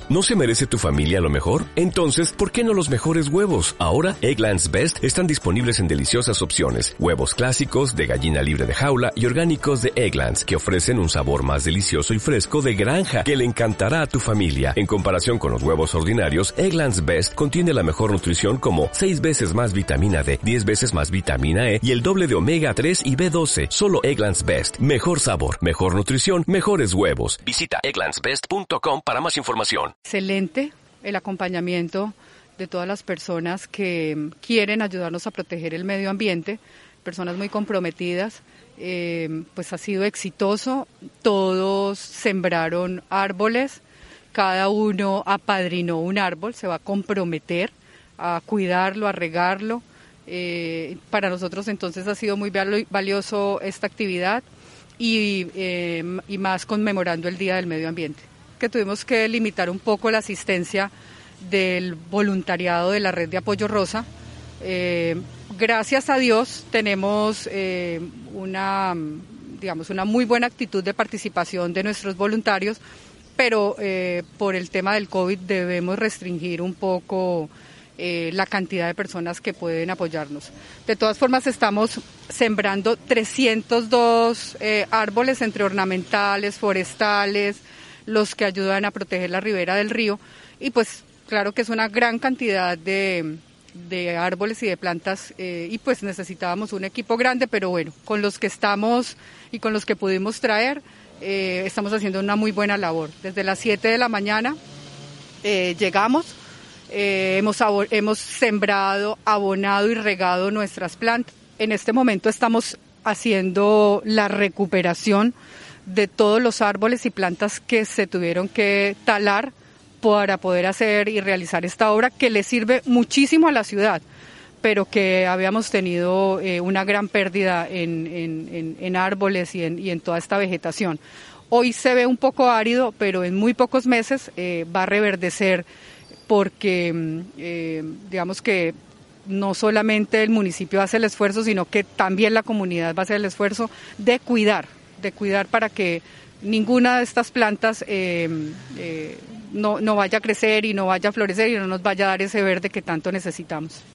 ¿No se merece tu familia lo mejor? Entonces, ¿por qué no los mejores huevos? Ahora, Eggland's Best están disponibles en deliciosas opciones. Huevos clásicos, de gallina libre de jaula y orgánicos de Eggland's, que ofrecen un sabor más delicioso y fresco de granja, que le encantará a tu familia. En comparación con los huevos ordinarios, Eggland's Best contiene la mejor nutrición como 6 veces más vitamina D, 10 veces más vitamina E y el doble de omega 3 y B12. Solo Eggland's Best. Mejor sabor, mejor nutrición, mejores huevos. Visita egglandsbest.com para más información. Excelente el acompañamiento de todas las personas que quieren ayudarnos a proteger el medio ambiente, personas muy comprometidas, pues ha sido exitoso, todos sembraron árboles, cada uno apadrinó un árbol, se va a comprometer a cuidarlo, a regarlo. Para nosotros entonces ha sido muy valioso esta actividad y más conmemorando el Día del Medio Ambiente, que tuvimos que limitar un poco la asistencia del voluntariado de la Red de Apoyo Rosa. Gracias a Dios tenemos una muy buena actitud de participación de nuestros voluntarios, pero por el tema del COVID debemos restringir un poco la cantidad de personas que pueden apoyarnos. De todas formas, estamos sembrando 302 árboles entre ornamentales, forestales, los que ayudan a proteger la ribera del río, y pues claro que es una gran cantidad de árboles y de plantas, y pues necesitábamos un equipo grande, pero bueno, con los que estamos y con los que pudimos traer, estamos haciendo una muy buena labor. Desde las 7 de la mañana llegamos, hemos sembrado, abonado y regado nuestras plantas. En este momento estamos haciendo la recuperación de todos los árboles y plantas que se tuvieron que talar para poder hacer y realizar esta obra, que le sirve muchísimo a la ciudad, pero que habíamos tenido una gran pérdida en árboles y en toda esta vegetación. Hoy se ve un poco árido, pero en muy pocos meses va a reverdecer, porque digamos que no solamente el municipio hace el esfuerzo, sino que también la comunidad va a hacer el esfuerzo de cuidar para que ninguna de estas plantas no vaya a crecer y no vaya a florecer y no nos vaya a dar ese verde que tanto necesitamos.